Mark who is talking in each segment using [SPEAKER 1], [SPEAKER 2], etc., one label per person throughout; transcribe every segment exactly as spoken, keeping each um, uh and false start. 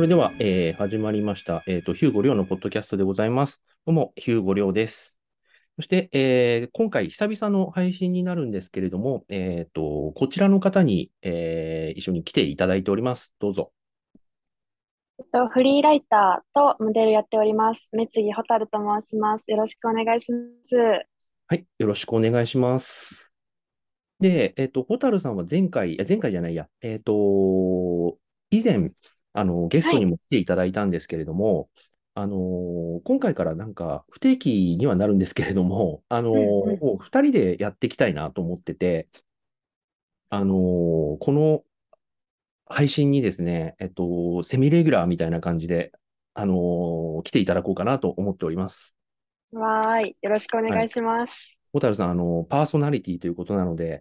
[SPEAKER 1] れでは、えー始まりました。えっと、ヒューゴリョウのポッドキャストでございます。どうも、ヒューゴリョウです。そして、えー今回、久々の配信になるんですけれども、えっと、こちらの方に、えー一緒に来ていただいております。どうぞ。
[SPEAKER 2] えっと、フリーライターとモデルやっております。目次蛍と申します。よろしくお願いします。
[SPEAKER 1] はい、よろしくお願いします。で、えっと、ホタルさんは前回、いや前回じゃないや、えっと、以前、あの、ゲス
[SPEAKER 2] はい。
[SPEAKER 1] トにも来ていただいたんですけれども、あの、今回からなんか不定期にはなるんですけれども、あの、
[SPEAKER 2] うんうん。
[SPEAKER 1] もう二人でやっていきたいなと思ってて、あの、この配信にですね、えっと、セミレギュラーみたいな感じで、あの、来ていただこうかなと思っております。
[SPEAKER 2] わーい。よろしくお
[SPEAKER 1] はい。
[SPEAKER 2] 願いします。
[SPEAKER 1] ホタルさん、あの、パーソナリティということなので、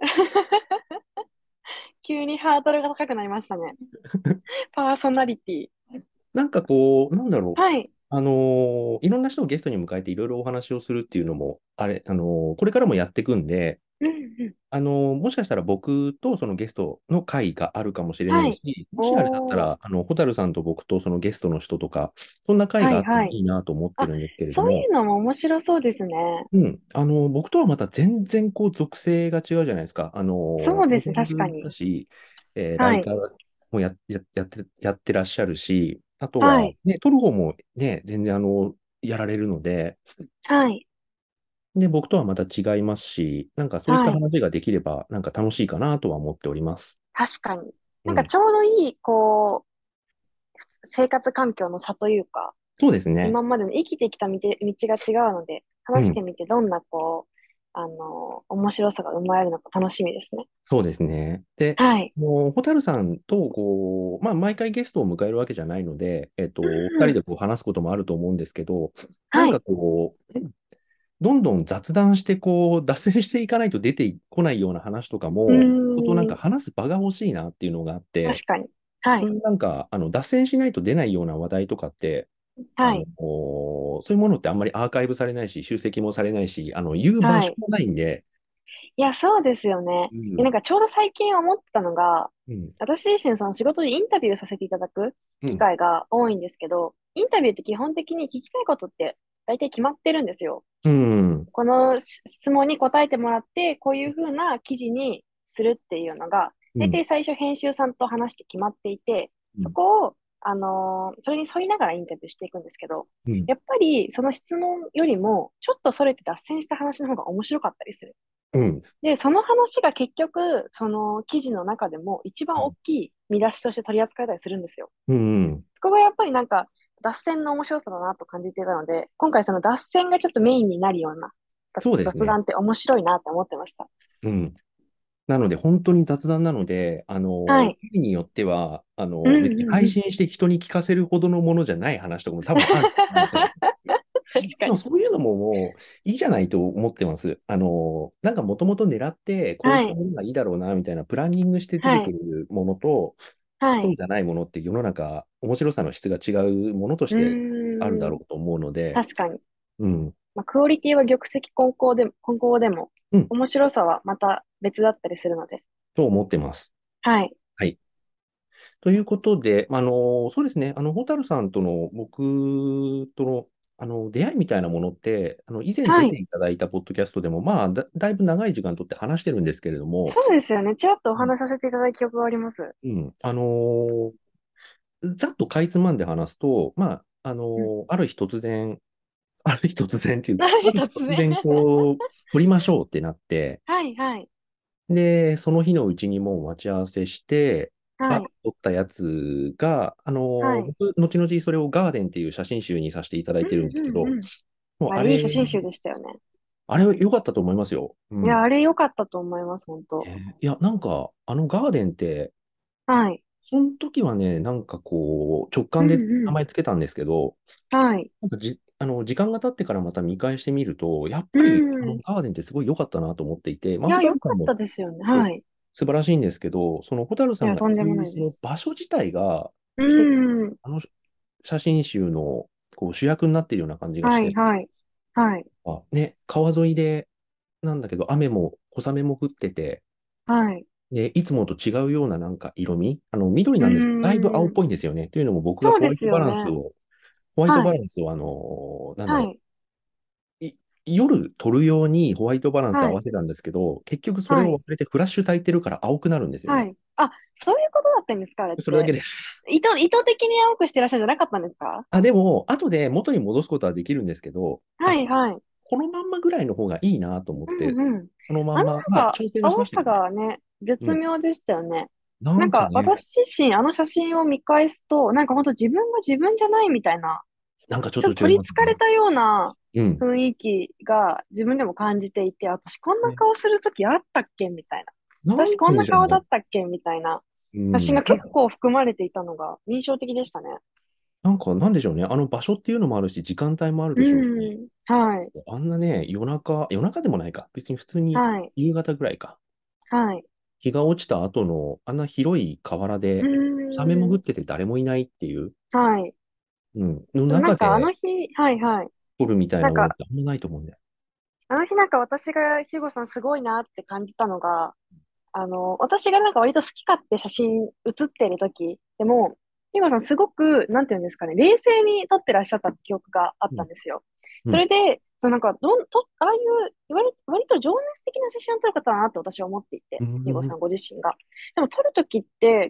[SPEAKER 2] 急にハードルが高くなりましたね。パーソナリティ。
[SPEAKER 1] なんかこう、なんだろう。
[SPEAKER 2] はい。
[SPEAKER 1] あのーいろんな人をゲストに迎えていろいろお話をするっていうのも、あれ、あのーこれからもやっていくんで、
[SPEAKER 2] うんうん。
[SPEAKER 1] あのーもしかしたら僕とそのゲストの会があるかもしれな
[SPEAKER 2] はい。
[SPEAKER 1] いし、もしあれだった
[SPEAKER 2] おー。
[SPEAKER 1] ら、あの、ホタルさんと僕とそのゲストの人とか、そんな会があってもい
[SPEAKER 2] はいはい。
[SPEAKER 1] いなと思って
[SPEAKER 2] あ、
[SPEAKER 1] るんですけれども、
[SPEAKER 2] そういうのも面白そうですね。
[SPEAKER 1] うん、あのー僕とはまた全然こう属性が違うじゃないですか。あのーモデ
[SPEAKER 2] そうですね。確か
[SPEAKER 1] ルだ
[SPEAKER 2] に。
[SPEAKER 1] し、えーラ
[SPEAKER 2] はい。
[SPEAKER 1] イターもや、や、やって、やってらっしゃるし、あとは、
[SPEAKER 2] はい。
[SPEAKER 1] ね、撮る方もね、全然あの、やられるので、
[SPEAKER 2] はい。
[SPEAKER 1] で、僕とはまた違いますし、なんかそういった
[SPEAKER 2] はい。
[SPEAKER 1] 話ができれば、なんか楽しいかなとは思っております。
[SPEAKER 2] 確かに。
[SPEAKER 1] うん。
[SPEAKER 2] なんかちょうどいい、こう、生活環境の差というか、
[SPEAKER 1] そうですね。
[SPEAKER 2] 今までの生きてきた道で道が違うので、
[SPEAKER 1] うん。
[SPEAKER 2] 話してみてどんな、こう、あの、面白さが生まれるのか楽しみですね。
[SPEAKER 1] そうですね。で、
[SPEAKER 2] はい。
[SPEAKER 1] もう、ホタルさんと、こう、まあ、毎回ゲストを迎えるわけじゃないので、えっと、二
[SPEAKER 2] うん。
[SPEAKER 1] 人でこう話すこともあると思うんですけど、なんか
[SPEAKER 2] はい。
[SPEAKER 1] こう、どんどん雑談して、こう、脱線していかないと出てこないような話とか
[SPEAKER 2] うー
[SPEAKER 1] も、ことなんか
[SPEAKER 2] ん。
[SPEAKER 1] 話す場が欲しいなっていうのがあって、
[SPEAKER 2] 確かに。はい。
[SPEAKER 1] そういうなんか、あの、脱線しないと出ないような話題とかって、あの、
[SPEAKER 2] はい。
[SPEAKER 1] こうそういうものってあんまりアーカイブされないし、集積もされないし、あの、言う場
[SPEAKER 2] はい。
[SPEAKER 1] 所もないんで、
[SPEAKER 2] いや、そうですよね。で、なん
[SPEAKER 1] うん、
[SPEAKER 2] かちょうど最近思ったのが、
[SPEAKER 1] うん、
[SPEAKER 2] 私自身その仕事でインタビューさせていただく機
[SPEAKER 1] うん、
[SPEAKER 2] 会が多いんですけど、インタビューって基本的に聞きたいことって大体決まってるんですよ。
[SPEAKER 1] うん、
[SPEAKER 2] このし質問に答えてもらって、こういうふうな記事にするっていうのが、
[SPEAKER 1] うん、
[SPEAKER 2] 大体最初編集さんと話して決まっていて、
[SPEAKER 1] うん、
[SPEAKER 2] そこを、あのーそれに沿いながらインタビューしていくんですけど、
[SPEAKER 1] うん、
[SPEAKER 2] やっぱりその質問よりも、ちょっとそれて脱線した話の方が面白かったりする。
[SPEAKER 1] うん、
[SPEAKER 2] で、その話が結局、その記事の中でも一番大きい見出しとして取り扱えたりするんですよ。
[SPEAKER 1] うん、
[SPEAKER 2] そこがやっぱりなんか、脱線の面白さだなと感じていたので、今回その脱線がちょっとメインになるような
[SPEAKER 1] そうですね。
[SPEAKER 2] 雑談って面白いなって思ってました。
[SPEAKER 1] うん。なので、本当に雑談なので、あの、
[SPEAKER 2] はい。
[SPEAKER 1] 意味によっては、あ
[SPEAKER 2] うん
[SPEAKER 1] の、別に配
[SPEAKER 2] うんうん。
[SPEAKER 1] 信して人に聞かせるほどのものじゃない話とかも多分あると思うんですよ。
[SPEAKER 2] 確かに。
[SPEAKER 1] でもそういうのももういいじゃないと思ってます。あの、なんかもともと狙ってこういった
[SPEAKER 2] はい。
[SPEAKER 1] ものがいいだろうなみたいなプランニングして出てく
[SPEAKER 2] はい。
[SPEAKER 1] るものと、
[SPEAKER 2] はい。
[SPEAKER 1] そうじゃないものって世の中面白さの質が違うものとし
[SPEAKER 2] う
[SPEAKER 1] てあるだ
[SPEAKER 2] ーん。
[SPEAKER 1] ろうと思うので、
[SPEAKER 2] 確かに。
[SPEAKER 1] うん、
[SPEAKER 2] まあ、クオリティは玉石混交でも、混合でも、
[SPEAKER 1] うん、
[SPEAKER 2] 面白さはまた別だったりするので。
[SPEAKER 1] と思ってます。
[SPEAKER 2] はい。
[SPEAKER 1] はい。ということで、あの、そうですね、あの、蛍さんとの僕との、あの、出会いみたいなものって、あの、以前出て
[SPEAKER 2] はい。
[SPEAKER 1] いただいたポッドキャストでも、まあ、だ、だいぶ長い時間とって話してるんですけれども、
[SPEAKER 2] そうですよね。ちらっとお話しさせていただいた記憶があります。
[SPEAKER 1] うん。あのーざっとかいつまんで話すと、まあ、あの
[SPEAKER 2] うん。
[SPEAKER 1] ーある日突然、ある日突然っていう、
[SPEAKER 2] 何
[SPEAKER 1] ある日
[SPEAKER 2] 突然。
[SPEAKER 1] 突然こう、撮りましょうってなって、
[SPEAKER 2] はいはい。
[SPEAKER 1] で、その日のうちにもう待ち合わせして、バッと
[SPEAKER 2] はい。
[SPEAKER 1] 撮ったやつが、あの
[SPEAKER 2] はい。
[SPEAKER 1] ー僕、後々それをガーデンっていう写真集にさせていただいてるん
[SPEAKER 2] うん
[SPEAKER 1] ですけど、
[SPEAKER 2] うんうん。あれ、いい写
[SPEAKER 1] もうあれ、
[SPEAKER 2] 真集でしたよね。
[SPEAKER 1] あれ良かったと思いますよ。う
[SPEAKER 2] いや、
[SPEAKER 1] ん。
[SPEAKER 2] あれ良かったと思います、本当。
[SPEAKER 1] えーいや、なんか、あのガーデンって、
[SPEAKER 2] はい。
[SPEAKER 1] その時はね、なんかこう、直
[SPEAKER 2] う
[SPEAKER 1] 感で
[SPEAKER 2] んうん。
[SPEAKER 1] 名前つけたんですけど、
[SPEAKER 2] はい。
[SPEAKER 1] なんかじ、あの、時間が経ってからまた見返してみると、やっ
[SPEAKER 2] う
[SPEAKER 1] ぱり、あの、
[SPEAKER 2] ん。
[SPEAKER 1] ガーデンってすごい良かったなと思っていて、まあ、
[SPEAKER 2] いや、
[SPEAKER 1] ホタルさんも
[SPEAKER 2] 良かったですよね。
[SPEAKER 1] そう
[SPEAKER 2] はい。
[SPEAKER 1] 素晴らしいんですけど、そのホタルさん
[SPEAKER 2] いや、とんでも
[SPEAKER 1] がいる
[SPEAKER 2] ないです。
[SPEAKER 1] その場所自体が、
[SPEAKER 2] う
[SPEAKER 1] 一つ、
[SPEAKER 2] ん。
[SPEAKER 1] あの写真集のこう主役になっているような感じがし
[SPEAKER 2] はい、
[SPEAKER 1] て、
[SPEAKER 2] はい。はい。
[SPEAKER 1] あ、ね、川沿いで、なんだけど、雨も小雨も降ってて、
[SPEAKER 2] はい。
[SPEAKER 1] で、いつもと違うようななんか色味、あの、緑
[SPEAKER 2] う
[SPEAKER 1] なんですけど、だいぶ青っ
[SPEAKER 2] ーん。
[SPEAKER 1] ぽいんですよね。というのも僕が
[SPEAKER 2] そうで
[SPEAKER 1] ホワイトバ
[SPEAKER 2] すよね。
[SPEAKER 1] ランスを、ホワイト
[SPEAKER 2] はい。
[SPEAKER 1] バランスをあの、なんだろ
[SPEAKER 2] はい。
[SPEAKER 1] う、い夜撮るようにホワイトバランス合
[SPEAKER 2] はい。
[SPEAKER 1] わせたんですけど、結局それ
[SPEAKER 2] はい。
[SPEAKER 1] を忘れてフラッシュ焚いてるから青くなるんですよね。
[SPEAKER 2] はい。あ、そういうことだったんですか、あれっ
[SPEAKER 1] それだけ
[SPEAKER 2] て。
[SPEAKER 1] です。
[SPEAKER 2] 意図、意図的に青くしてらっしゃるんじゃなかったんですか？
[SPEAKER 1] あ、でも、後で元に戻すことはできるんですけど、あ、
[SPEAKER 2] はい、はい。
[SPEAKER 1] このまんまぐらいの方がいいなと思っ
[SPEAKER 2] う
[SPEAKER 1] て、
[SPEAKER 2] んうん。
[SPEAKER 1] そのま
[SPEAKER 2] あの
[SPEAKER 1] んま、まあ、
[SPEAKER 2] なんか、
[SPEAKER 1] 調整はしま
[SPEAKER 2] 青さ
[SPEAKER 1] したけどね。
[SPEAKER 2] がね、
[SPEAKER 1] うん。
[SPEAKER 2] 絶妙でしたよね。
[SPEAKER 1] な
[SPEAKER 2] なんか、
[SPEAKER 1] んかね、
[SPEAKER 2] 私自身、あの写真を見返すと、なんか本当自分が自分じゃないみたいな、
[SPEAKER 1] なんかちょっと
[SPEAKER 2] ちょっと取り
[SPEAKER 1] 違いますね。
[SPEAKER 2] 憑かれたような
[SPEAKER 1] うん。
[SPEAKER 2] 雰囲気が自分でも感じていて、私こんな
[SPEAKER 1] ね、
[SPEAKER 2] 顔するときあったっけみたいな。
[SPEAKER 1] なんて
[SPEAKER 2] 私こんな顔だ
[SPEAKER 1] 言うんでしょうね。
[SPEAKER 2] ったっけみたいな
[SPEAKER 1] うん。
[SPEAKER 2] 写真が結構含まれていたのが印象的でしたね。
[SPEAKER 1] なんか、なんでしょうね。あの場所っていうのもあるし、時間帯もある
[SPEAKER 2] う
[SPEAKER 1] でしょうし、
[SPEAKER 2] ん。はい。
[SPEAKER 1] あんなね、夜中、夜中でもないか。別に普通に
[SPEAKER 2] はい。
[SPEAKER 1] 夕方ぐらいか。
[SPEAKER 2] はい。
[SPEAKER 1] 日が落ちた後の、あんな広い河原
[SPEAKER 2] う
[SPEAKER 1] で、サメ潜
[SPEAKER 2] ん。
[SPEAKER 1] ってて誰もいないっていう、
[SPEAKER 2] はい。
[SPEAKER 1] うん、の
[SPEAKER 2] でもなん
[SPEAKER 1] 中で
[SPEAKER 2] かあの日、はいはい。
[SPEAKER 1] 撮るみたいなものっ
[SPEAKER 2] なんか、
[SPEAKER 1] てあんまないと思うんだよ。
[SPEAKER 2] あの日なんか私がヒューゴさんすごいなって感じたのが、あの、私がなんか割と好き勝手写真写ってる時でも、ヒューゴさんすごく、なんていうんですかね、冷静に撮ってらっしゃった記憶があっ
[SPEAKER 1] うん、
[SPEAKER 2] たんですよ。
[SPEAKER 1] うん、
[SPEAKER 2] それで、そのなんか、どん、と、ああいう、割、割と情熱的な写真を撮る方だなって私は思っていて、
[SPEAKER 1] うん、うん、
[SPEAKER 2] ヒューゴさんご自身が。でも撮る時って、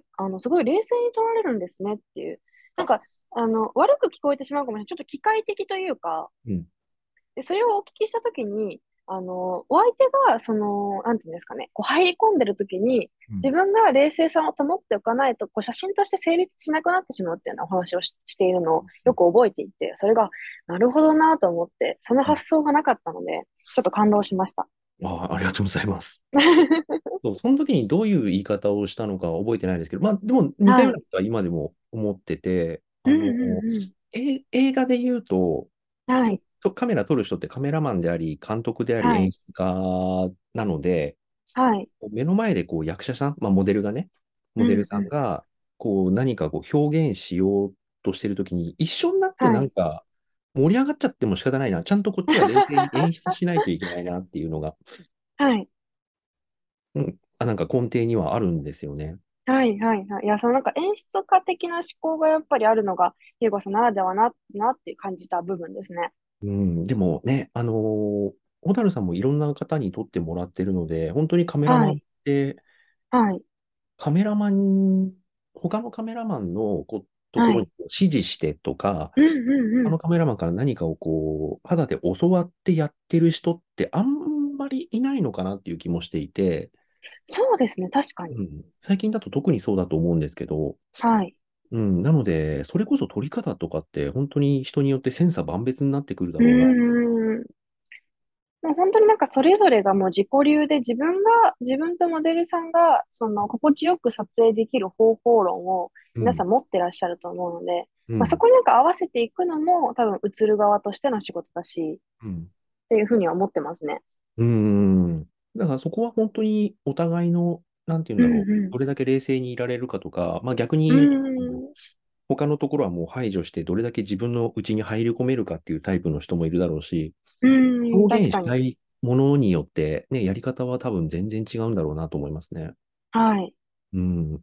[SPEAKER 2] あの、すごい冷静に撮られるんですねっていう。なんか、あの、悪く聞こえてしまうかもしれない。ちょっと機械的というか、
[SPEAKER 1] うん、
[SPEAKER 2] で、それをお聞きしたときに、あの、お相手が、その、なんていうんですかね、こう入り込んでるときに、
[SPEAKER 1] うん。
[SPEAKER 2] 自分が冷静さを保っておかないと、こう写真として成立しなくなってしまうっていうようなお話をし、しているのをよく覚えていて、それが、なるほどなと思って、その発想がなかったので、ちょっと感動しました。
[SPEAKER 1] ああ、ありがとうございます。そう、その時にどういう言い方をしたのかは覚えてないですけど、まあ、でも似たような
[SPEAKER 2] はい。
[SPEAKER 1] ことは今でも思ってて、
[SPEAKER 2] うん
[SPEAKER 1] あの、
[SPEAKER 2] うんうん。
[SPEAKER 1] え映画で言うと、
[SPEAKER 2] はい。
[SPEAKER 1] とカメラ撮る人ってカメラマンであり、監督であり、
[SPEAKER 2] はい。
[SPEAKER 1] 演出家なので、
[SPEAKER 2] はい。
[SPEAKER 1] 目の前でこう役者さん、まあ、モデルがね、モデル
[SPEAKER 2] うんうん。
[SPEAKER 1] さんがこう何かこう表現しようとしてるときに、一緒になって
[SPEAKER 2] はい。
[SPEAKER 1] なんか盛り上がっちゃっても仕方ないな、ちゃんとこっちは冷静に演出しないといけないなっていうのが、
[SPEAKER 2] はい。
[SPEAKER 1] うん、あ、なんか根底にはあるんですよね。
[SPEAKER 2] はい、はい、はい。いや、そのなんか演出家的な思考がやっぱりあるのが、ヒューゴさんならではな、なって感じた部分ですね。
[SPEAKER 1] うん、でもね、あのー小樽さんもいろんな方に撮ってもらってるので、本当にカメラマンっ
[SPEAKER 2] はい、
[SPEAKER 1] て、
[SPEAKER 2] はい、
[SPEAKER 1] カメラマン、他のカメラマンのこうとこ
[SPEAKER 2] はい。
[SPEAKER 1] ろにこう指示してとか、
[SPEAKER 2] うん、うん、うん。
[SPEAKER 1] 他のカメラマンから何かをこう、肌で教わってやってる人ってあんまりいないのかなっていう気もしていて、
[SPEAKER 2] そうですね、確かに。
[SPEAKER 1] うん、最近だと特にそうだと思うんですけど、
[SPEAKER 2] はい。
[SPEAKER 1] うん、なので、それこそ撮り方とかって本当に人によって千差万別になってくるだ
[SPEAKER 2] うー
[SPEAKER 1] ろうな。
[SPEAKER 2] ん。もう本当になんかそれぞれがもう自己流で自分が、自分とモデルさんが、その心地よく撮影できる方法論を
[SPEAKER 1] うん、
[SPEAKER 2] 皆さん持ってらっしゃると思うので、まあ、そ
[SPEAKER 1] うん、
[SPEAKER 2] こになんか合わせていくのも多分映る側としての仕事だし、
[SPEAKER 1] うん。
[SPEAKER 2] っていうふうには思ってますね。
[SPEAKER 1] うーん。だからそこは本当にお互いの、なんて言うん
[SPEAKER 2] う
[SPEAKER 1] だろう、
[SPEAKER 2] ん
[SPEAKER 1] どれだけ冷静にいられるかとか、まあ逆
[SPEAKER 2] うん。
[SPEAKER 1] に、
[SPEAKER 2] うーん。
[SPEAKER 1] 他のところはもう排除して、どれだけ自分の内に入り込めるかっていうタイプの人もいるだろうし、
[SPEAKER 2] うーん、
[SPEAKER 1] 表
[SPEAKER 2] 確かに。
[SPEAKER 1] 現したいものによって、ね、やり方は多分全然違うんだろうなと思いますね。
[SPEAKER 2] はい。
[SPEAKER 1] うん。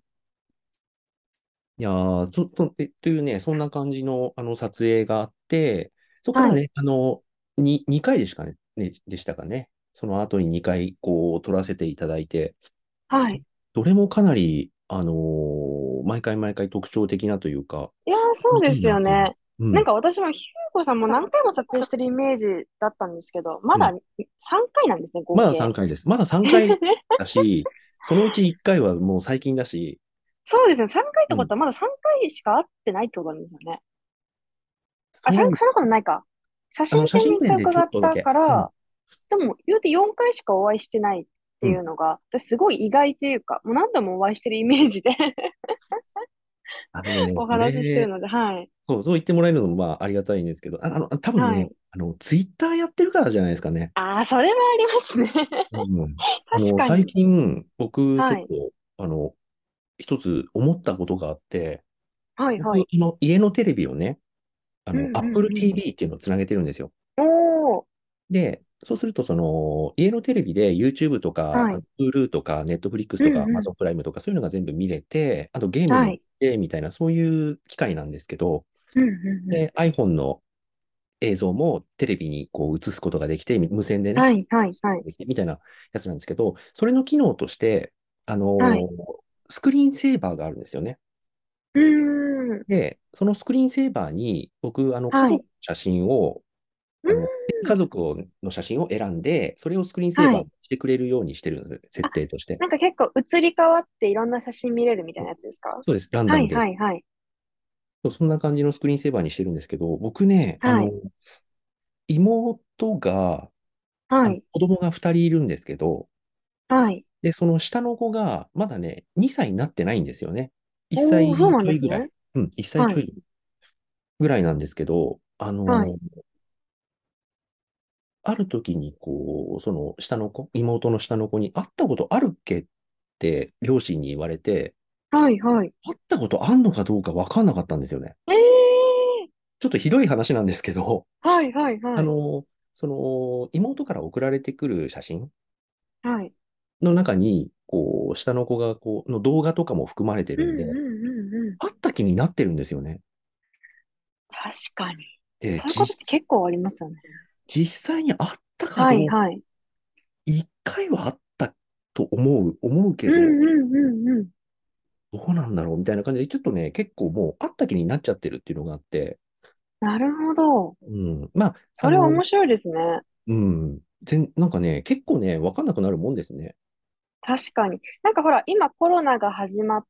[SPEAKER 1] いやー、そ、そ、え、というね、そんな感じの、あの撮影があって、そこか
[SPEAKER 2] はい。
[SPEAKER 1] らね、あの、に、にかいでしかね、ね、でしたかね。その後ににかい、こう、撮らせていただいて、
[SPEAKER 2] はい。
[SPEAKER 1] どれもかなり、あのー毎回毎回特徴的なというか、
[SPEAKER 2] いやー、そうで
[SPEAKER 1] いいなという。
[SPEAKER 2] すよね。
[SPEAKER 1] うん、
[SPEAKER 2] なんか私もヒューゴさんも何回も撮影してるイメージだったんですけど、まだ
[SPEAKER 1] うん。
[SPEAKER 2] さんかいなんですね、合
[SPEAKER 1] まだ3
[SPEAKER 2] 計。
[SPEAKER 1] 回です。まださんかいだし、そのうちいっかいはもう最近だし、
[SPEAKER 2] そうですね、さんかいって
[SPEAKER 1] うん。
[SPEAKER 2] ことはまださんかいしか会ってないってことなんですよね。あ、さん、
[SPEAKER 1] そう、
[SPEAKER 2] そんなことないか。写
[SPEAKER 1] あの、
[SPEAKER 2] 真展にいっかい
[SPEAKER 1] 写真展でちょ
[SPEAKER 2] 伺った
[SPEAKER 1] っとだけ。うん。
[SPEAKER 2] から、でも言うてよんかいしかお会いしてないって
[SPEAKER 1] うん。
[SPEAKER 2] いうのが、私すごい意外というか、もう何度もお会いしてるイメージで
[SPEAKER 1] あ、でもね、
[SPEAKER 2] お
[SPEAKER 1] それ、
[SPEAKER 2] 話ししてるので、はい。
[SPEAKER 1] そう、そう言ってもらえるのもまあありがたいんですけど、あ、あの、多分ね、
[SPEAKER 2] はい。
[SPEAKER 1] あの、ツイッターやってるからじゃないですかね。
[SPEAKER 2] ああ、それはありますね。
[SPEAKER 1] うん。あの、最
[SPEAKER 2] 確かに。
[SPEAKER 1] 近、僕、ちょ
[SPEAKER 2] はい。
[SPEAKER 1] っと、あの、一つ思ったことがあって、僕、
[SPEAKER 2] はいはい。
[SPEAKER 1] あの、家のテレビをね、あの、
[SPEAKER 2] うんうん
[SPEAKER 1] Apple
[SPEAKER 2] うん。
[SPEAKER 1] ティーブイ っていうのをつなげてるんですよ。
[SPEAKER 2] おー。
[SPEAKER 1] で、 そうすると、その、家のテレビで YouTube とか、
[SPEAKER 2] はい。
[SPEAKER 1] あの Hulu とか Netflix
[SPEAKER 2] う
[SPEAKER 1] とか
[SPEAKER 2] んうん。
[SPEAKER 1] Amazon プライムとかそういうのが全部見れて、あとゲームも
[SPEAKER 2] はい。
[SPEAKER 1] 見れてみたいな、そういう機械なんですけど、
[SPEAKER 2] うんうんう
[SPEAKER 1] で、iPhone の映像もテレビにこう映すことができて、無線で
[SPEAKER 2] ん。
[SPEAKER 1] ね、
[SPEAKER 2] はいはいはい。
[SPEAKER 1] できてみたいなやつなんですけど、それの機能として、あの
[SPEAKER 2] はい。
[SPEAKER 1] ースクリーンセーバーがあるんですよね。
[SPEAKER 2] うーん。
[SPEAKER 1] で、そのスクリーンセーバーに、僕、あの、家
[SPEAKER 2] はい。
[SPEAKER 1] 族の写真を、
[SPEAKER 2] うー
[SPEAKER 1] あの、家
[SPEAKER 2] ん。
[SPEAKER 1] 族をの写真を選んで、それをスクリーンセー
[SPEAKER 2] はい。
[SPEAKER 1] バーにしてくれるようにしてるんです、設
[SPEAKER 2] あ、
[SPEAKER 1] 定として。
[SPEAKER 2] なんか結構移り変わっていろんな写真見れるみたいなやつですか？
[SPEAKER 1] そうです、ランダ
[SPEAKER 2] はい
[SPEAKER 1] ムで。
[SPEAKER 2] はいはい。
[SPEAKER 1] そうそんな感じのスクリーンセーバーにしてるんですけど、僕ね、あの、
[SPEAKER 2] はい。
[SPEAKER 1] 妹が、あの、
[SPEAKER 2] はい。
[SPEAKER 1] 子供がふたりいるんですけど、
[SPEAKER 2] はい。
[SPEAKER 1] で、その下の子が、まだね、にさいになってないんですよね。1
[SPEAKER 2] おー、そう
[SPEAKER 1] 歳
[SPEAKER 2] なんですね。
[SPEAKER 1] ちょいぐらい。うん、いっさい
[SPEAKER 2] はい。
[SPEAKER 1] ちょいぐらいなんですけど、あ
[SPEAKER 2] はい。
[SPEAKER 1] の、ある時に、こう、その下の子、妹の下の子に、会ったことあるっけって両親に言われて、
[SPEAKER 2] はいはい。
[SPEAKER 1] 会ったことあんのかどうか分かんなかったんですよね。
[SPEAKER 2] ええ
[SPEAKER 1] ちょっとひどい話なんですけど、
[SPEAKER 2] ー。はいはいはい。
[SPEAKER 1] あの、その、妹から送られてくる写真
[SPEAKER 2] はい。
[SPEAKER 1] の中に、こう、下の子が、こう、の動画とかも含まれて
[SPEAKER 2] うんう
[SPEAKER 1] るんで、
[SPEAKER 2] んうんうん。
[SPEAKER 1] 会った気になってるんですよね。
[SPEAKER 2] 確かに。
[SPEAKER 1] で、
[SPEAKER 2] そういうことって
[SPEAKER 1] 実、
[SPEAKER 2] 結構ありますよね。
[SPEAKER 1] 実際に会ったかどう、
[SPEAKER 2] はいはい。
[SPEAKER 1] 一回は会ったと思う、思うけ
[SPEAKER 2] うん
[SPEAKER 1] ど、
[SPEAKER 2] うんうんうん。
[SPEAKER 1] どうなんだろうみたいな感じで、ちょっとね、結構もう会った気になっちゃってるっていうのがあって、
[SPEAKER 2] なるほど。
[SPEAKER 1] うん。まあ、あ
[SPEAKER 2] それは
[SPEAKER 1] の、
[SPEAKER 2] 面白いですね。
[SPEAKER 1] うん。全なんかね、結構ね、わかんなくなるもんですね。
[SPEAKER 2] 確かに。なんかほら、今コロナが始まって、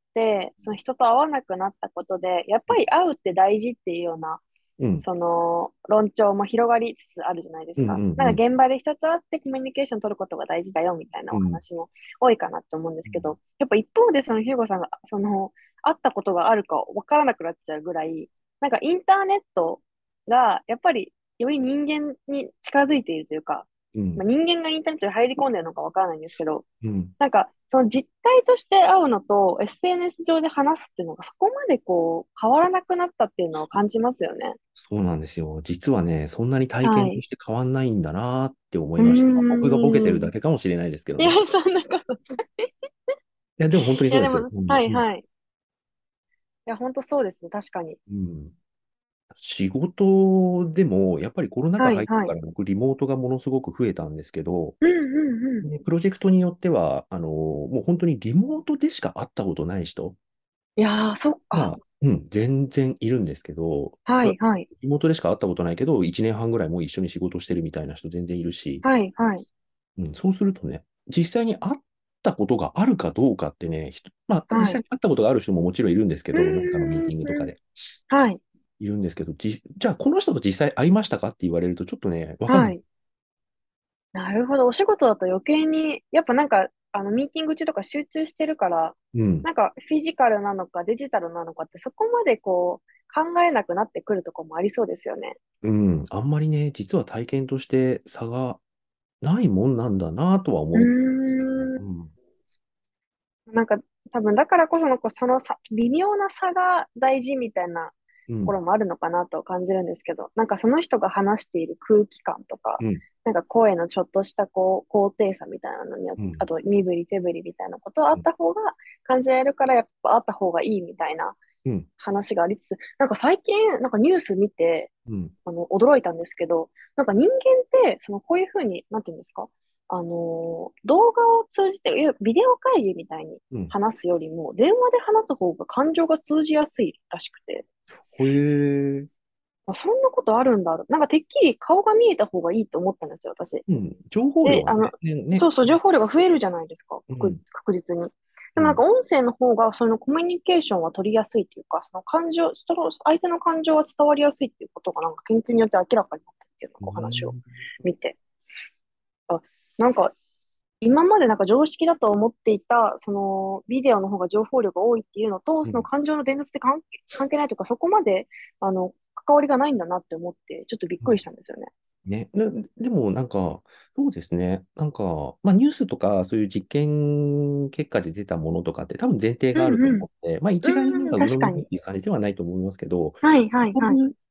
[SPEAKER 2] その人と会わなくなったことで、やっぱり会うって大事っていうような、
[SPEAKER 1] うん。
[SPEAKER 2] その論調も広がりつつあるじゃないです
[SPEAKER 1] うんう
[SPEAKER 2] か。
[SPEAKER 1] んうん。
[SPEAKER 2] なんか現場で人と会ってコミュニケーション取ることが大事だよみたいなお
[SPEAKER 1] うん。
[SPEAKER 2] 話も多いかなって思うんです
[SPEAKER 1] うん。
[SPEAKER 2] けど、やっぱ一方でそのヒューゴさんが、その、会ったことがあるかわからなくなっちゃうぐらい、なんかインターネットがやっぱりより人間に近づいているというか、
[SPEAKER 1] うん。
[SPEAKER 2] まあ、人間がインターネットに入り込んでるのかわからないんですけど、
[SPEAKER 1] うん。
[SPEAKER 2] なんか、その実態として会うのと エスエヌエス 上で話すっていうのがそこまでこう変わ
[SPEAKER 1] そ
[SPEAKER 2] らなくなったっていうのを感じますよね。
[SPEAKER 1] そうなんですよ。実はね、そんなに体
[SPEAKER 2] はい。
[SPEAKER 1] 験として変わんないんだなーって思
[SPEAKER 2] うー
[SPEAKER 1] いました。まあ僕がボケてるだ
[SPEAKER 2] ん。
[SPEAKER 1] けかもしれないですけど
[SPEAKER 2] いや、
[SPEAKER 1] ね。
[SPEAKER 2] そんなこと。
[SPEAKER 1] いや、でも本当に
[SPEAKER 2] いや、
[SPEAKER 1] そうですよ。
[SPEAKER 2] でも、
[SPEAKER 1] うん。うん。
[SPEAKER 2] はいはい。いや、本当そうですね。確かに。
[SPEAKER 1] うん。仕事でも、やっぱりコロナ禍入って
[SPEAKER 2] はいはい。
[SPEAKER 1] から僕、リモートがものすごく増えたんですけど、
[SPEAKER 2] うんうんうん。
[SPEAKER 1] でプロジェクトによっては、あの、もう本当にリモートでしか会ったことない人
[SPEAKER 2] いやー、そっか。
[SPEAKER 1] が、うん、全然いるんですけど、まあ
[SPEAKER 2] はいはい。
[SPEAKER 1] リモートでしか会ったことないけど、いちねんはんぐらいもう一緒に仕事してるみたいな人全然いるし、
[SPEAKER 2] はいはい。
[SPEAKER 1] うん、そうするとね、実際に会ったことがあるかどうかってね、ひとまあ、実
[SPEAKER 2] はい。
[SPEAKER 1] 際に会ったことがある人ももちろんいるんですけ
[SPEAKER 2] う
[SPEAKER 1] ど、何かのミーティングと
[SPEAKER 2] ーん。
[SPEAKER 1] かで
[SPEAKER 2] はい。
[SPEAKER 1] いるんですけど、じ、じゃあこの人と実際会いましたかって言われると、ちょっとね、わかんない。
[SPEAKER 2] はい。なるほど。お仕事だと余計に、やっぱなんか、あの、ミーティング中とか集中してるから、
[SPEAKER 1] うん。
[SPEAKER 2] なんか、フィジカルなのかデジタルなのかってそこまでこう、考えなくなってくるところもありそうですよね。
[SPEAKER 1] うん。あんまりね、実は体験として差がないもんなんだなとは
[SPEAKER 2] う
[SPEAKER 1] 思うんですよね。
[SPEAKER 2] ーん。
[SPEAKER 1] うん。
[SPEAKER 2] なんか、多分だからこその、こうその差、微妙な差が大事みたいなと
[SPEAKER 1] うん。
[SPEAKER 2] ころもあるのかなと感じるんですけど、なんかその人が話している空気感とか、
[SPEAKER 1] うん。
[SPEAKER 2] なんか声のちょっとしたこう、高低差みたいなのによって、
[SPEAKER 1] うん。
[SPEAKER 2] あと身振り手振りみたいなことはあ
[SPEAKER 1] うん。
[SPEAKER 2] った方が感じられるから、やっぱあった方がいいみたいな
[SPEAKER 1] うん。
[SPEAKER 2] 話がありつつ、なんか最近、なんかニュース見て、
[SPEAKER 1] うん。
[SPEAKER 2] あの、驚いたんですけど、なんか人間って、その、こういうふうに、なんていうんですか、あのー動画を通じて、いわゆるビデオ会議みたいに
[SPEAKER 1] うん。
[SPEAKER 2] 話すよりも、電話で話す方が感情が通じやすいらしくて、
[SPEAKER 1] へえ。
[SPEAKER 2] あ、そんなことあるんだ。なんかてっきり顔が見えた方がいいと思ったんですよ、私。
[SPEAKER 1] うん。情報量
[SPEAKER 2] で、あの、
[SPEAKER 1] はね、ね、ね。
[SPEAKER 2] そうそう、情報量が増えるじゃないですか、確、
[SPEAKER 1] うん。
[SPEAKER 2] 確実に。で
[SPEAKER 1] うん。
[SPEAKER 2] もなんか音声の方が、そのコミュニケーションは取りやすいっていうか、その感情、ストロ相手の感情は伝わりやすいっていうことがなんか研究によって明らかになったっていうの
[SPEAKER 1] う
[SPEAKER 2] お話を
[SPEAKER 1] ん。
[SPEAKER 2] 見て。あ、なんか今までなんか常識だと思っていた、そのビデオの方が情報量が多いっていうのと、その
[SPEAKER 1] うん。
[SPEAKER 2] 感情の伝達って関係、関係ないというか、そこまで、あの、関わりがないんだなって思って、ちょっとびっくりしたんですよね。
[SPEAKER 1] ね、なでもなんか、そうですね。なんか、まあニュースとかそういう実験結果で出たものとかって多分前提があると
[SPEAKER 2] うんうん。
[SPEAKER 1] 思って、まあ一概になん
[SPEAKER 2] うーん、
[SPEAKER 1] か鵜呑
[SPEAKER 2] 確かに。
[SPEAKER 1] みにっていう感じではないと思いますけど、
[SPEAKER 2] はいはい
[SPEAKER 1] そういう
[SPEAKER 2] はい。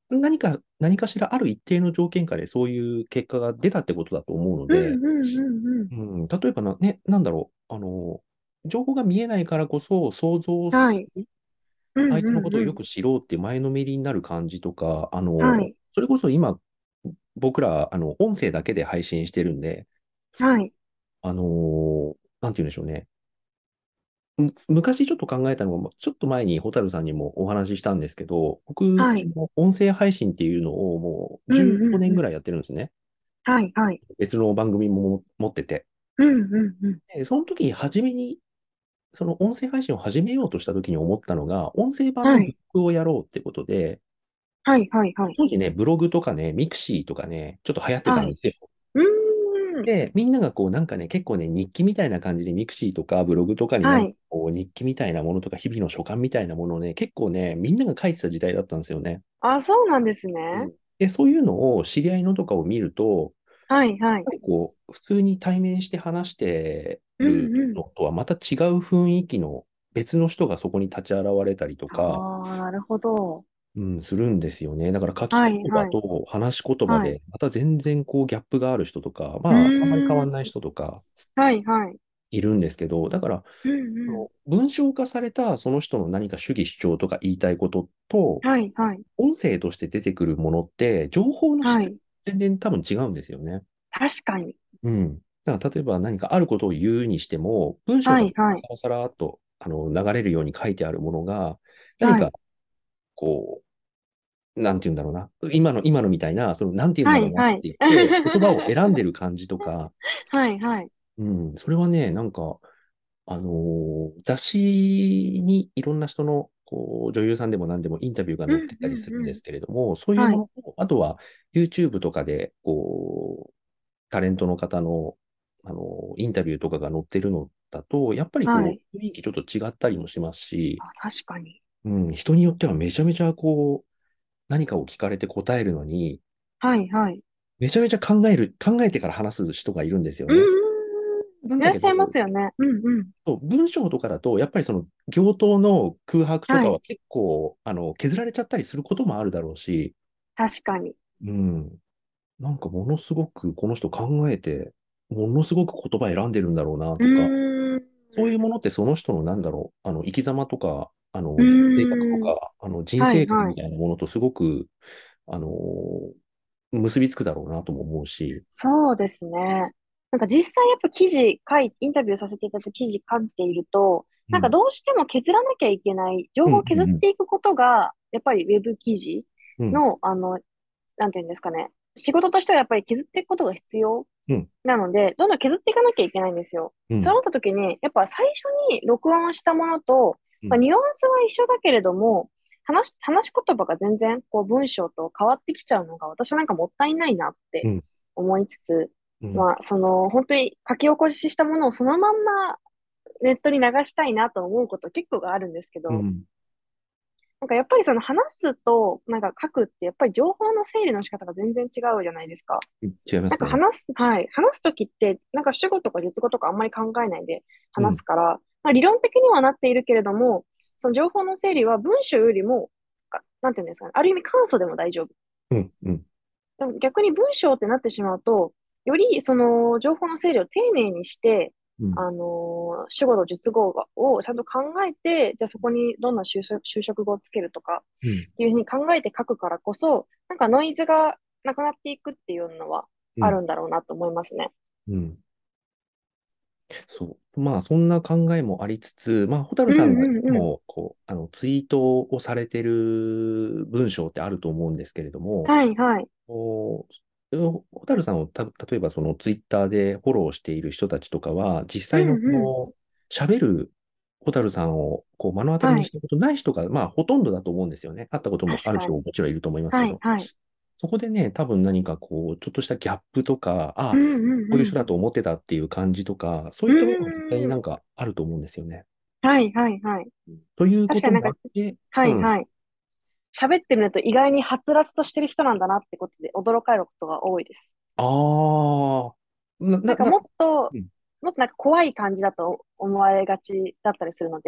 [SPEAKER 1] 何か、何かしらある一定の条件下でそういう結果が出たってことだと思うので、
[SPEAKER 2] うんうんうんうん。
[SPEAKER 1] うん、例えばな、ね、なんだろう、あの、情報が見えないからこそ想像す
[SPEAKER 2] はい。うん
[SPEAKER 1] 相手のことを
[SPEAKER 2] うんうん。
[SPEAKER 1] よく知ろうっていう前のめりになる感じとか、あの、
[SPEAKER 2] はい。
[SPEAKER 1] それこそ今、僕ら、あの、音声だけで配信してるんで、
[SPEAKER 2] はい。
[SPEAKER 1] あの、なんて言うんでしょうね。む昔ちょっと考えたのが、ちょっと前に蛍さんにもお話ししたんですけど、僕、
[SPEAKER 2] はい。
[SPEAKER 1] その音声配信っていうのをもう
[SPEAKER 2] うん
[SPEAKER 1] 15
[SPEAKER 2] うんうん。
[SPEAKER 1] 年ぐらいやってるんですね。
[SPEAKER 2] はい。はい。
[SPEAKER 1] 別の番組も持ってて。
[SPEAKER 2] うんうんうん。
[SPEAKER 1] で、その時に初めに、その音声配信を始めようとした時に思ったのが、音声版のブロ
[SPEAKER 2] はい。
[SPEAKER 1] グをやろうってことで、
[SPEAKER 2] はい。はい。はい。
[SPEAKER 1] 当時ね、ブログとかね、ミクシーとかね、ちょっと流行ってた
[SPEAKER 2] はい。
[SPEAKER 1] んですよ。
[SPEAKER 2] うーん。
[SPEAKER 1] で、みんながこう、なんかね、結構ね、日記みたいな感じで、ミクシーとかブログとかになんか
[SPEAKER 2] はい。
[SPEAKER 1] こう、日記みたいなものとか、日々の所感みたいなものをね、結構ね、みんなが書いてた時代だったんですよね。
[SPEAKER 2] あ、そうなんですね。
[SPEAKER 1] うん。で、そういうのを知り合いのとかを見ると、
[SPEAKER 2] はい。はい。
[SPEAKER 1] やっぱりこう、普通に対面して話してる
[SPEAKER 2] うんうん。
[SPEAKER 1] のとはまた違う雰囲気の別の人がそこに立ち現れたりとか、
[SPEAKER 2] ああ、なるほど。
[SPEAKER 1] うん。するんですよね。だから書き
[SPEAKER 2] はい。
[SPEAKER 1] 言葉
[SPEAKER 2] はい。
[SPEAKER 1] と話し言葉
[SPEAKER 2] はい。
[SPEAKER 1] で、また全然こうギャップがある人とか、
[SPEAKER 2] う
[SPEAKER 1] まあ、あまり変わ
[SPEAKER 2] ーん。
[SPEAKER 1] んない人とか
[SPEAKER 2] はい。はい。
[SPEAKER 1] いるんですけど、だから、
[SPEAKER 2] うんうん。
[SPEAKER 1] あの文章化されたその人の何か主義主張とか言いたいことと、
[SPEAKER 2] はい。はい。
[SPEAKER 1] 音声として出てくるものって、情報の質
[SPEAKER 2] はい。
[SPEAKER 1] 全然多分違うんですよね。
[SPEAKER 2] 確かに。
[SPEAKER 1] うん。だから例えば何かあることを言うにしても、文章
[SPEAKER 2] はい。
[SPEAKER 1] だと
[SPEAKER 2] はい。
[SPEAKER 1] サラサラっとあの流れるように書いてあるものが、何か
[SPEAKER 2] はい。
[SPEAKER 1] こう、なんて言うんだろうな。今の、今のみたいな、その、なんて言うん
[SPEAKER 2] はい。
[SPEAKER 1] だろうなって
[SPEAKER 2] はい。
[SPEAKER 1] 言って、言葉を選んでる感じとか、
[SPEAKER 2] はい。はい。
[SPEAKER 1] うん、それはね、なんか、あのー雑誌にいろんな人の、こう、女優さんでも何でもインタビューが
[SPEAKER 2] うん。
[SPEAKER 1] 載ってたり
[SPEAKER 2] うん。うん。
[SPEAKER 1] するんですけれども、そういう
[SPEAKER 2] はい。
[SPEAKER 1] ものと、あとは YouTube とかで、こう、タレントの方の、あのーインタビューとかが載ってるのだと、やっぱりこ
[SPEAKER 2] はい。
[SPEAKER 1] う、雰囲気ちょっと違ったりもしますし、
[SPEAKER 2] あ、確かに。
[SPEAKER 1] うん、人によってはめちゃめちゃこう、何かを聞かれて答えるのに、
[SPEAKER 2] はい。はい。
[SPEAKER 1] めちゃめちゃ考える、考えてから話す人がいるんですよ
[SPEAKER 2] うー
[SPEAKER 1] ね。
[SPEAKER 2] ん。
[SPEAKER 1] なんだけど、
[SPEAKER 2] いらっしゃいますよね。うんうん。
[SPEAKER 1] そう文章とかだと、やっぱりその行頭の空白と
[SPEAKER 2] はい。
[SPEAKER 1] かは結構、あの、削られちゃったりすることもあるだろうし、
[SPEAKER 2] 確かに。
[SPEAKER 1] うん。なんかものすごくこの人考えて、ものすごく言葉選んでるんだろうな
[SPEAKER 2] う
[SPEAKER 1] とか、
[SPEAKER 2] ーん。
[SPEAKER 1] そういうものってその人のなんだろう、あの、生き様とか、あ
[SPEAKER 2] う
[SPEAKER 1] の、性格と
[SPEAKER 2] ーん。
[SPEAKER 1] か、あの、人
[SPEAKER 2] はい。
[SPEAKER 1] 生観
[SPEAKER 2] はい。
[SPEAKER 1] みたいなものとすごく、あの、結びつくだろうなとも思うし、
[SPEAKER 2] そうですね。なんか実際やっぱ記事書い、インタビューさせていただいた記事書いていると、
[SPEAKER 1] うん。
[SPEAKER 2] なんかどうしても削らなきゃいけない、情
[SPEAKER 1] うん、
[SPEAKER 2] 報を削っ
[SPEAKER 1] うん、
[SPEAKER 2] ていくことが、やっぱりウェブ記事
[SPEAKER 1] うん、
[SPEAKER 2] の、あの、なんていうんですかね。仕事としてはやっぱり削っていくことが必要
[SPEAKER 1] うん、
[SPEAKER 2] なので、どんどん削っていかなきゃいけないんですよ。
[SPEAKER 1] うん、
[SPEAKER 2] そうなった時に、やっぱ最初に録音したものと、まあ、
[SPEAKER 1] うん、
[SPEAKER 2] ニュアンスは一緒だけれども、話し、話し言葉が全然こう文章と変わってきちゃうのが私はなんかもったいないなって
[SPEAKER 1] うん、
[SPEAKER 2] 思いつつ、
[SPEAKER 1] うん、
[SPEAKER 2] まあ、その、本当に書き起こししたものをそのまんまネットに流したいなと思うこと結構があるんですけど、
[SPEAKER 1] うん。
[SPEAKER 2] なんかやっぱりその話すと、なんか書くってやっぱり情報の整理の仕方が全然違うじゃないですか。なん
[SPEAKER 1] 違いますね。
[SPEAKER 2] か話す、はい。話すときって、なんか主語とか述語とかあんまり考えないで
[SPEAKER 1] うん、
[SPEAKER 2] 話すから、まあ、理論的にはなっているけれども、その情報の整理は文章よりも、かなんていうんですかね。ある意味簡素でも大丈夫。
[SPEAKER 1] うん、うん、
[SPEAKER 2] でも逆に文章ってなってしまうと、よりその情報の整理を丁寧にして、
[SPEAKER 1] うん、
[SPEAKER 2] あの主語と述語をちゃんと考えて、じゃあそこにどんな修飾修飾語をつけるとかっ
[SPEAKER 1] うん、
[SPEAKER 2] ていうふうに考えて書くからこそ、なんかノイズがなくなっていくっていうのは
[SPEAKER 1] うん、
[SPEAKER 2] あるんだろうなと思いますね。
[SPEAKER 1] うん。そう。まあ、そんな考えもありつつ、まあ、ホタル
[SPEAKER 2] うん
[SPEAKER 1] さんがい
[SPEAKER 2] うんうん。
[SPEAKER 1] つも、こう、あの、ツイートをされてる文章ってあると思うんですけれども、
[SPEAKER 2] はいはい。
[SPEAKER 1] こう、ホタルさんをた、例えばそのツイッターでフォローしている人たちとかは、実
[SPEAKER 2] う
[SPEAKER 1] 際の
[SPEAKER 2] んうん。
[SPEAKER 1] この、喋るホタルさんをこう目の当たり
[SPEAKER 2] はい。
[SPEAKER 1] にしたことない人が、まあ、ほとんどだと思うんですよね。会ったこともある
[SPEAKER 2] 確かに。
[SPEAKER 1] 人ももちろんいると思いますけど。
[SPEAKER 2] はいはい。
[SPEAKER 1] そこでね、多分何かこう、ちょっとしたギャップとか、ああ、
[SPEAKER 2] うんうんうん。
[SPEAKER 1] こういう人だと思ってたっていう感じとか、そう
[SPEAKER 2] う
[SPEAKER 1] いったものが絶対に
[SPEAKER 2] ーん。
[SPEAKER 1] なんかあると思うんですよね。
[SPEAKER 2] はいはいはい。
[SPEAKER 1] ということもあ
[SPEAKER 2] 確かになんか、
[SPEAKER 1] って、うん。
[SPEAKER 2] はいはい。喋ってみると意外にはつらつとしてる人なんだなってことで驚かれることが多いです。
[SPEAKER 1] ああ、な、な、な、
[SPEAKER 2] なんかもっと、
[SPEAKER 1] うん、
[SPEAKER 2] もっとなんか怖い感じだと思われがちだったりするので、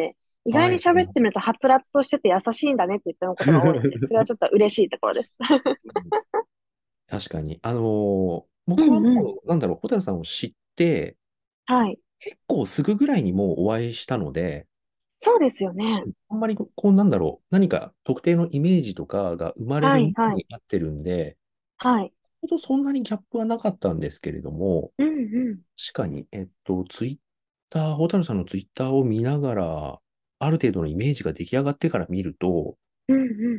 [SPEAKER 2] 意外に
[SPEAKER 1] はい。
[SPEAKER 2] 喋ってみると、はつらつとしてて優しいんだねって言ってることが多いので、それはちょっと嬉しいところです。
[SPEAKER 1] 確かに。あのー僕は
[SPEAKER 2] うんうん。
[SPEAKER 1] もう、なんだろう、ホタルさんを知って、
[SPEAKER 2] はい。
[SPEAKER 1] 結構すぐぐらいにもうお会いしたので、
[SPEAKER 2] そうですよね。
[SPEAKER 1] あんまりこう、なんだろう、何か特定のイメージとかが生まれる前
[SPEAKER 2] はいはい。
[SPEAKER 1] に会ってるんで、
[SPEAKER 2] はい。
[SPEAKER 1] ほどそんなにギャップはなかったんですけれども、
[SPEAKER 2] うんうん。
[SPEAKER 1] 確かに、えっと、ツイッター、ホタルさんのツイッターを見ながら、ある程度のイメージが出来上がってから見ると、
[SPEAKER 2] うんうん。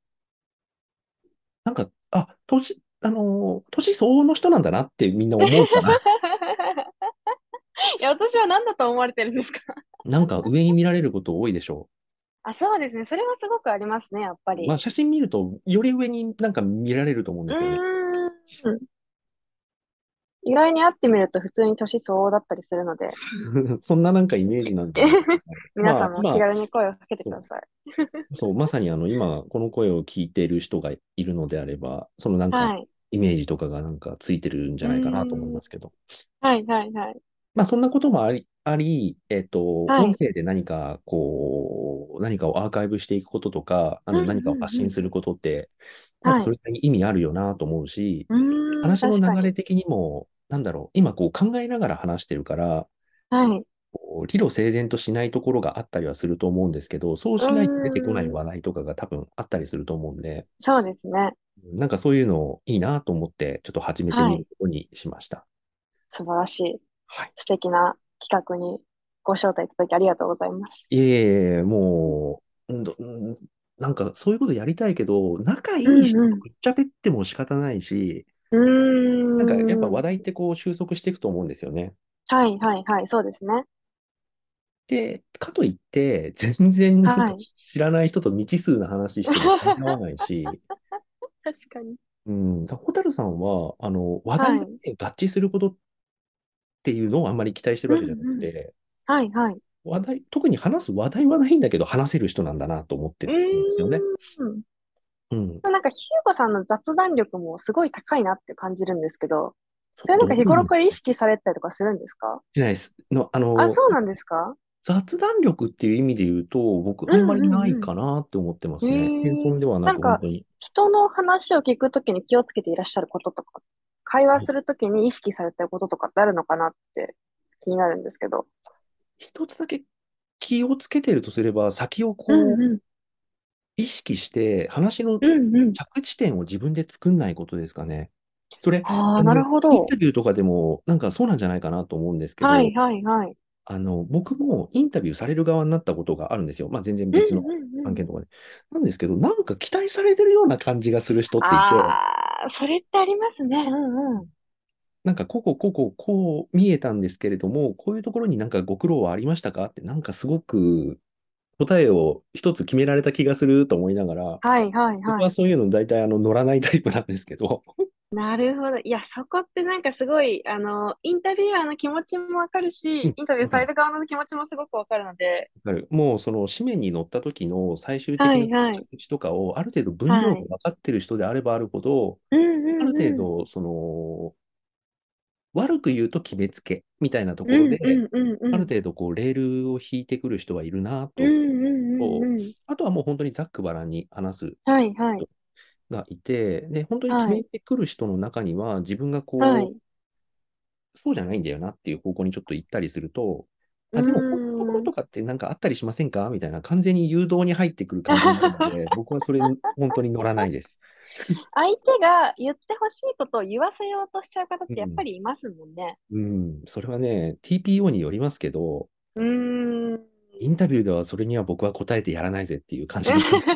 [SPEAKER 1] なんか、あ、年、あのー、年相応の人なんだなってみんな思うかな。
[SPEAKER 2] いや、私は何だと思われてるんですか？
[SPEAKER 1] なんか上に見られること多いでしょ
[SPEAKER 2] あ、そうですね。それはすごくありますね、やっぱ
[SPEAKER 1] う。ま
[SPEAKER 2] り。
[SPEAKER 1] あ写真見ると、より上になんか見られると思うんで
[SPEAKER 2] う
[SPEAKER 1] すよね。
[SPEAKER 2] ーん。意外に会ってみると普通に年相応だったりするので、
[SPEAKER 1] そんななんかイメージ
[SPEAKER 2] き
[SPEAKER 1] なんじゃないかな。まあ、
[SPEAKER 2] 皆さんも気
[SPEAKER 1] 今、
[SPEAKER 2] 軽に声をかけてく
[SPEAKER 1] そう、
[SPEAKER 2] ださい。
[SPEAKER 1] そうまさにあの、今、この声を聞いている人がいるのであれば、そのなんか、
[SPEAKER 2] はい。
[SPEAKER 1] イメージとかがなんかついてるんじ
[SPEAKER 2] う
[SPEAKER 1] ゃないかなと思い
[SPEAKER 2] ーん。
[SPEAKER 1] ますけど。
[SPEAKER 2] はいはいはい。
[SPEAKER 1] まあ、そんなこともあり、あり、えっと、
[SPEAKER 2] はい。
[SPEAKER 1] 音声で何か、こう、何かをアーカイブしていくこととか、あの、
[SPEAKER 2] うん
[SPEAKER 1] 何かを
[SPEAKER 2] うんうん。
[SPEAKER 1] 発信することって、なんか
[SPEAKER 2] はい。
[SPEAKER 1] それなりに意味あるよなと思うし、
[SPEAKER 2] うーん、
[SPEAKER 1] 話の
[SPEAKER 2] 確かに。
[SPEAKER 1] 流れ的にも、なんだろう、今こう考えながら話してるから、
[SPEAKER 2] はい。
[SPEAKER 1] こう理路整然としないところがあったりはすると思うんですけど、そう
[SPEAKER 2] う
[SPEAKER 1] しないと出てこない
[SPEAKER 2] ーん。
[SPEAKER 1] 話題とかが多分あったりすると思うんで、
[SPEAKER 2] そうですね。
[SPEAKER 1] なんかそういうのいいなと思って、ちょっと始めて
[SPEAKER 2] はい。
[SPEAKER 1] みることにしました。
[SPEAKER 2] 素晴らしい。
[SPEAKER 1] はい。
[SPEAKER 2] 素敵な企画にご招待いただきありがとうございます。
[SPEAKER 1] いえいえ、もう、うんどうんなんかそういうことやりたいけど、仲いい人
[SPEAKER 2] うんうん。
[SPEAKER 1] とくっちゃべっても仕方ないし、
[SPEAKER 2] う
[SPEAKER 1] なんかやっぱ
[SPEAKER 2] ーん。
[SPEAKER 1] 話題ってこう収束していくと思うんですよね。
[SPEAKER 2] はいはいはい。そうですね。
[SPEAKER 1] で、かといって、全然なんか
[SPEAKER 2] はい。
[SPEAKER 1] 知らない人と未知数な話しても噛み合わないし、
[SPEAKER 2] 確かに。
[SPEAKER 1] うん、だホタルさんは、あの、話題が、
[SPEAKER 2] はい。
[SPEAKER 1] ね、合致することっていうのをあんまり期待してる
[SPEAKER 2] うん
[SPEAKER 1] わけじゃなく
[SPEAKER 2] うん。
[SPEAKER 1] て、
[SPEAKER 2] はいはい。
[SPEAKER 1] 話題、特に話す話題はないんだけど、話せる人なんだなと思って
[SPEAKER 2] う
[SPEAKER 1] るんですよね。
[SPEAKER 2] ーん。
[SPEAKER 1] うん。
[SPEAKER 2] なんか、ヒューゴさんの雑談力もすごい高いなって感じるんですけど、それなん
[SPEAKER 1] ど
[SPEAKER 2] か日
[SPEAKER 1] うなんですか？
[SPEAKER 2] 頃から意識されたりとかするんですか？
[SPEAKER 1] しないです。の、あ
[SPEAKER 2] あ、
[SPEAKER 1] の、
[SPEAKER 2] そうなんですか？
[SPEAKER 1] 雑談力っていう意味で言うと、僕あんま
[SPEAKER 2] うん
[SPEAKER 1] りない
[SPEAKER 2] うん
[SPEAKER 1] かなって思ってま
[SPEAKER 2] うん。
[SPEAKER 1] すね。謙
[SPEAKER 2] へえ。
[SPEAKER 1] 遜ではなく、本
[SPEAKER 2] なんか、
[SPEAKER 1] 当に。
[SPEAKER 2] 人の話を聞くときに気をつけていらっしゃることとか、会話するときに意識されてることとかってあるのかなって気になるんですけど。
[SPEAKER 1] 一つだけ気をつけてるとすれば、先をこう、
[SPEAKER 2] うんうん。
[SPEAKER 1] 意識して話の
[SPEAKER 2] うんうん。
[SPEAKER 1] 着地点を自分で作んないことですかね。それ、
[SPEAKER 2] ああ、なる
[SPEAKER 1] あの、イン
[SPEAKER 2] ほど。
[SPEAKER 1] タビューとかでも、なんかそうなんじゃないかなと思うんですけど、
[SPEAKER 2] はいはいはい。
[SPEAKER 1] あの、僕もインタビューされる側になったことがあるんですよ。まあ全然
[SPEAKER 2] うん
[SPEAKER 1] 別の
[SPEAKER 2] うんうん。
[SPEAKER 1] 案件とかで。なんですけど、なんか期待されてるような感じがする人っていて、
[SPEAKER 2] ああ、それってありますね。うんうん。
[SPEAKER 1] なんかこここここう見えたんですけれども、こういうところになんかご苦労はありましたかって、なんかすごく答えを一つ決められた気がすると思いながら、
[SPEAKER 2] はいはい
[SPEAKER 1] 僕
[SPEAKER 2] はい。
[SPEAKER 1] はそういうの大体あの乗らないタイプなんですけど、
[SPEAKER 2] なるほど。いや、そこってなんかすごい、あの、インタビュアーの気持ちもわかるし、
[SPEAKER 1] うん、
[SPEAKER 2] インタビュー
[SPEAKER 1] わかる。
[SPEAKER 2] される側の気持ちもすごくわかるので、
[SPEAKER 1] わかる。もうその紙面に載った時の最終的な
[SPEAKER 2] はいはい。
[SPEAKER 1] 着地とかをある程度分量が
[SPEAKER 2] はい。
[SPEAKER 1] 分かってる人であればあるほど、
[SPEAKER 2] うん
[SPEAKER 1] ある
[SPEAKER 2] うんうん。
[SPEAKER 1] 程度その悪く言うと決めつけみたいなところで、
[SPEAKER 2] うんうんうんうん。
[SPEAKER 1] ある程度こうレールを引いてくる人はいるな
[SPEAKER 2] うん
[SPEAKER 1] と、
[SPEAKER 2] うんうんうん。
[SPEAKER 1] あとはもう本当にざっくばらんに話す
[SPEAKER 2] はいはい。
[SPEAKER 1] 人がいて、で、本当に決
[SPEAKER 2] はい。
[SPEAKER 1] めてくる人の中には自分がこ
[SPEAKER 2] はい。
[SPEAKER 1] う、そうじゃないんだよなっていう方向にちょっと行ったりすると、
[SPEAKER 2] う
[SPEAKER 1] あ、でもこういうところ
[SPEAKER 2] ーん。
[SPEAKER 1] とかってなんかあったりしませんかみたいな完全に誘導に入ってくる感じになるので、僕はそれに本当に乗らないです。
[SPEAKER 2] 相手が言ってほしいことを言わせようとしちゃう方ってやっぱ
[SPEAKER 1] うん。
[SPEAKER 2] りいますもんね。
[SPEAKER 1] うん。それはね、ティーピーオー によりますけど、
[SPEAKER 2] うーん。
[SPEAKER 1] インタビューではそれには僕は答えてやらないぜっていう感じにします。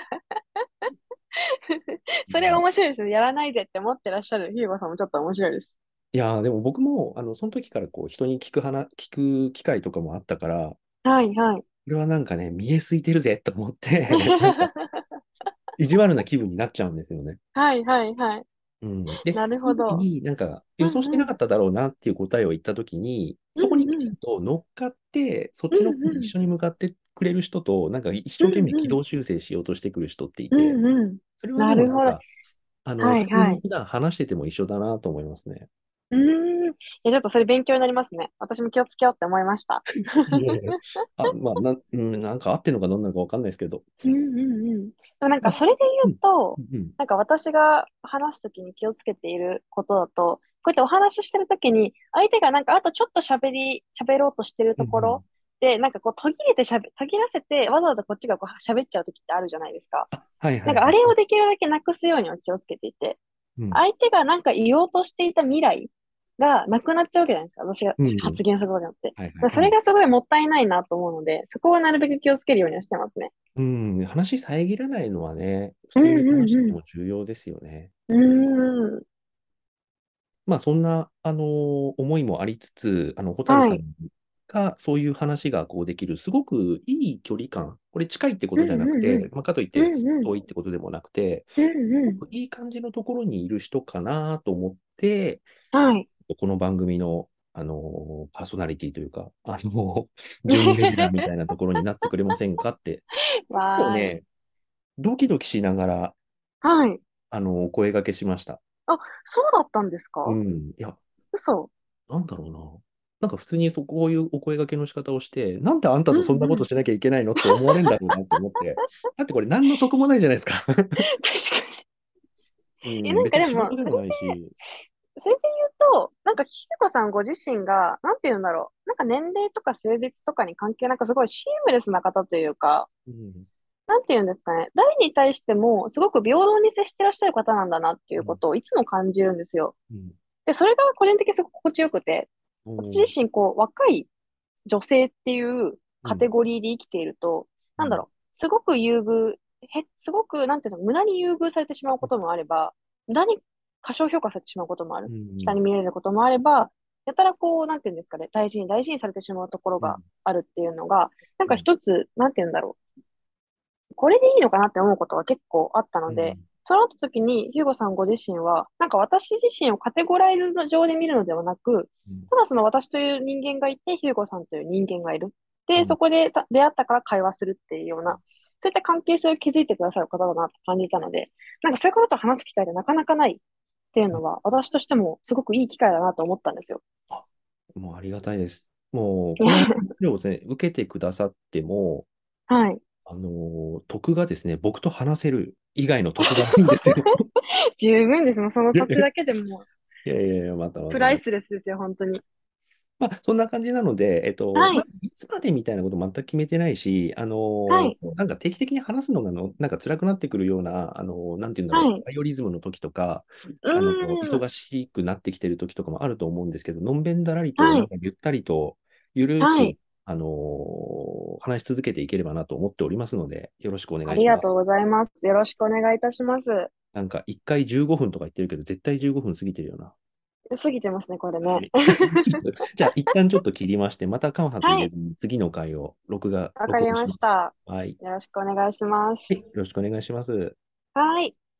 [SPEAKER 2] それ面白いですね。やらないでって思ってらっしゃるヒューゴさんもちょっと面白いです。
[SPEAKER 1] いやー、でも僕も、あの、その時からこう、人に聞く話、聞く機会とかもあったから、こ
[SPEAKER 2] はいはい。
[SPEAKER 1] れはなんかね、見えすいてるぜと思ってなんか、意地悪な気分になっちゃうんですよね。
[SPEAKER 2] はいはいはい。
[SPEAKER 1] うん。で、
[SPEAKER 2] なる
[SPEAKER 1] その
[SPEAKER 2] ほど。
[SPEAKER 1] 時になんか予想して
[SPEAKER 2] うんうん。
[SPEAKER 1] なかっただろうなっていう答えを言った時に、
[SPEAKER 2] う
[SPEAKER 1] そこにきちん
[SPEAKER 2] んうん。
[SPEAKER 1] と乗っかって、そっ
[SPEAKER 2] う
[SPEAKER 1] ちの方に一
[SPEAKER 2] んうん。
[SPEAKER 1] 緒に向かってくれる人と、なんか一
[SPEAKER 2] う
[SPEAKER 1] 生懸命軌
[SPEAKER 2] んうん。
[SPEAKER 1] 道修正しようとしてくる人ってい
[SPEAKER 2] う
[SPEAKER 1] て、
[SPEAKER 2] んうん。
[SPEAKER 1] それはで
[SPEAKER 2] なるほど。
[SPEAKER 1] もなんか、あの、普通
[SPEAKER 2] はいはい。
[SPEAKER 1] に普段話してても一緒だなと思いますね。
[SPEAKER 2] うーん。いや、ちょっとそれ勉強になりますね。私も気をつけようって思いました。
[SPEAKER 1] いやいやあ、まあ、なん、うん、なんか合ってるのかどんなのかわかんないですけど。
[SPEAKER 2] うんうんうん。でもなんか
[SPEAKER 1] まあ、
[SPEAKER 2] それで言
[SPEAKER 1] うん、
[SPEAKER 2] うと、
[SPEAKER 1] うん、
[SPEAKER 2] なんか私が話すときに気をつけていることだと、こうやってお話ししてるときに、相手がなんかあとちょっと喋り、喋ろうとしてる
[SPEAKER 1] うん、うん。
[SPEAKER 2] ところで、なんかこう途切れて喋、途切らせて、わざわざこっちがこう喋っちゃうときってあるじゃないですか。
[SPEAKER 1] あ、はいはいはい。
[SPEAKER 2] なんかあれをできるだけなくすようには気をつけていて、
[SPEAKER 1] うん、
[SPEAKER 2] 相手がなんか言おうとしていた未来がなくなっちゃうわけじゃないですか。私が
[SPEAKER 1] うん、
[SPEAKER 2] 発言することによって。だか
[SPEAKER 1] はいはい。うん。
[SPEAKER 2] らそれがすごいもったいないなと思うので、そこはなるべく気をつけるようにはしてますね。
[SPEAKER 1] うん、話遮らないのはね、普
[SPEAKER 2] うん
[SPEAKER 1] 通に話してて
[SPEAKER 2] うん
[SPEAKER 1] も重要ですよね。
[SPEAKER 2] うん。うーん。
[SPEAKER 1] まあ、そんな、あの思いもありつつ、あの、蛍さん
[SPEAKER 2] はい。
[SPEAKER 1] がそういう話がこうできる、すごくいい距離感、これ近いってこ
[SPEAKER 2] う
[SPEAKER 1] とじゃ
[SPEAKER 2] んうんうん。
[SPEAKER 1] なくて、まあ、かといって
[SPEAKER 2] うんうん。
[SPEAKER 1] 遠いってことでもなくて、
[SPEAKER 2] うんうん。
[SPEAKER 1] すごくいい感じのところにいる人かなと思って、
[SPEAKER 2] はい。
[SPEAKER 1] この番組の、あのパーソナリティというか、あの準レギュラーみたいなところになってくれませんかって、結構
[SPEAKER 2] わーい。
[SPEAKER 1] ね、ドキドキしながら、
[SPEAKER 2] はい。
[SPEAKER 1] あのお声掛けしました。
[SPEAKER 2] あ、そうだったんですか？
[SPEAKER 1] うん。いや、
[SPEAKER 2] 嘘。
[SPEAKER 1] なんだろうな。なんか普通にそうこういうお声掛けの仕方をして、なんであんたとそんなこと
[SPEAKER 2] うんうん。
[SPEAKER 1] しなきゃいけないのって思われるんだろうなって思って。だってこれ何の得もないじゃないですか。
[SPEAKER 2] 確かに。え、
[SPEAKER 1] うん、別に
[SPEAKER 2] なんかでも、
[SPEAKER 1] 仕事でも
[SPEAKER 2] それ
[SPEAKER 1] ないし。
[SPEAKER 2] それで言うと、なんか、ひふこさんご自身が、なんて言うんだろう。なんか年齢とか性別とかに関係なく、すごいシームレスな方というか、
[SPEAKER 1] うん、
[SPEAKER 2] なんて言うんですかね。誰に対しても、すごく平等に接してらっしゃる方なんだなってい
[SPEAKER 1] うん、
[SPEAKER 2] うことをいつも感じるんですよ。
[SPEAKER 1] うん。
[SPEAKER 2] で、それが個人的にすごく心地よくて、
[SPEAKER 1] おー、
[SPEAKER 2] 私自身、こう、若い女性っていうカテ
[SPEAKER 1] うん、
[SPEAKER 2] ゴリーで生きていると、
[SPEAKER 1] うん、
[SPEAKER 2] なんだろう。すごく優遇、へ、すごく、なんていうの、無駄に優遇されてしまうこともあれば、無駄に過小評価されてしまうこともある。
[SPEAKER 1] うん、
[SPEAKER 2] 下に見れることもあれば、やたらこう、なんていうんですかね、大事に大事にされてしまうところが
[SPEAKER 1] うん、
[SPEAKER 2] あるっていうのが、なん
[SPEAKER 1] うん、
[SPEAKER 2] か一つ、なんていうんだろう。これでいいのかなって思うことが結構あったので、
[SPEAKER 1] うん、
[SPEAKER 2] そうなった時に、ヒューゴさんご自身は、なんか私自身をカテゴライズの上で見るのではなく、
[SPEAKER 1] うん、
[SPEAKER 2] ただその私という人間がいて、ヒューゴさんという人間がいる。で、
[SPEAKER 1] うん、
[SPEAKER 2] そこでた出会ったから会話するっていうような、そういった関係性を築いてくださる方だなと感じたので、なんかそういうことと話す機会がなかなかないっていうのは、私としてもすごくいい機会だなと思ったんですよ。
[SPEAKER 1] あ、もうありがたいです。もう、この話をですね、受けてくださっても、
[SPEAKER 2] はい。
[SPEAKER 1] あのー得がですね、僕と話せる以外の得がないんですよ。
[SPEAKER 2] 十分です。もうその
[SPEAKER 1] いやいや
[SPEAKER 2] 得だけでも
[SPEAKER 1] いやいやいや、またまたまた。
[SPEAKER 2] プライスレスですよ、本当に。
[SPEAKER 1] まあ、そんな感じなので、えっと、まあ、
[SPEAKER 2] はい。
[SPEAKER 1] いつまでみたいなこと全く決めてないし、あのー
[SPEAKER 2] はい。
[SPEAKER 1] なんか定期的に話すのがの、なんか辛くなってくるような、あのーなんていうんだろう、
[SPEAKER 2] はい。
[SPEAKER 1] バイオリズムの時とか、
[SPEAKER 2] う
[SPEAKER 1] あの、
[SPEAKER 2] ーん。
[SPEAKER 1] 忙しくなってきてる時とかもあると思うんですけど、のんべんだらりと、
[SPEAKER 2] はい。
[SPEAKER 1] なんかゆったりと、ゆるーく、
[SPEAKER 2] はい。
[SPEAKER 1] あのー話し続けていければなと思っておりますので、よろしくお願
[SPEAKER 2] あ
[SPEAKER 1] いします。
[SPEAKER 2] りがとうございます。よろしくお願いいたします。
[SPEAKER 1] なんか、いっかいじゅうごふんとか言ってるけど、絶対じゅうごふん過ぎてるよな。
[SPEAKER 2] 過ぎてますね、これね。
[SPEAKER 1] はい。ちょっとじゃあ、一旦ちょっと切りまして、また間髪入
[SPEAKER 2] はい。
[SPEAKER 1] れずに次の回を録画、録
[SPEAKER 2] わかり
[SPEAKER 1] 音します。
[SPEAKER 2] ました。
[SPEAKER 1] はい。
[SPEAKER 2] よろしくお願いしま
[SPEAKER 1] はい、
[SPEAKER 2] す。
[SPEAKER 1] よろしくお願いします。
[SPEAKER 2] はい。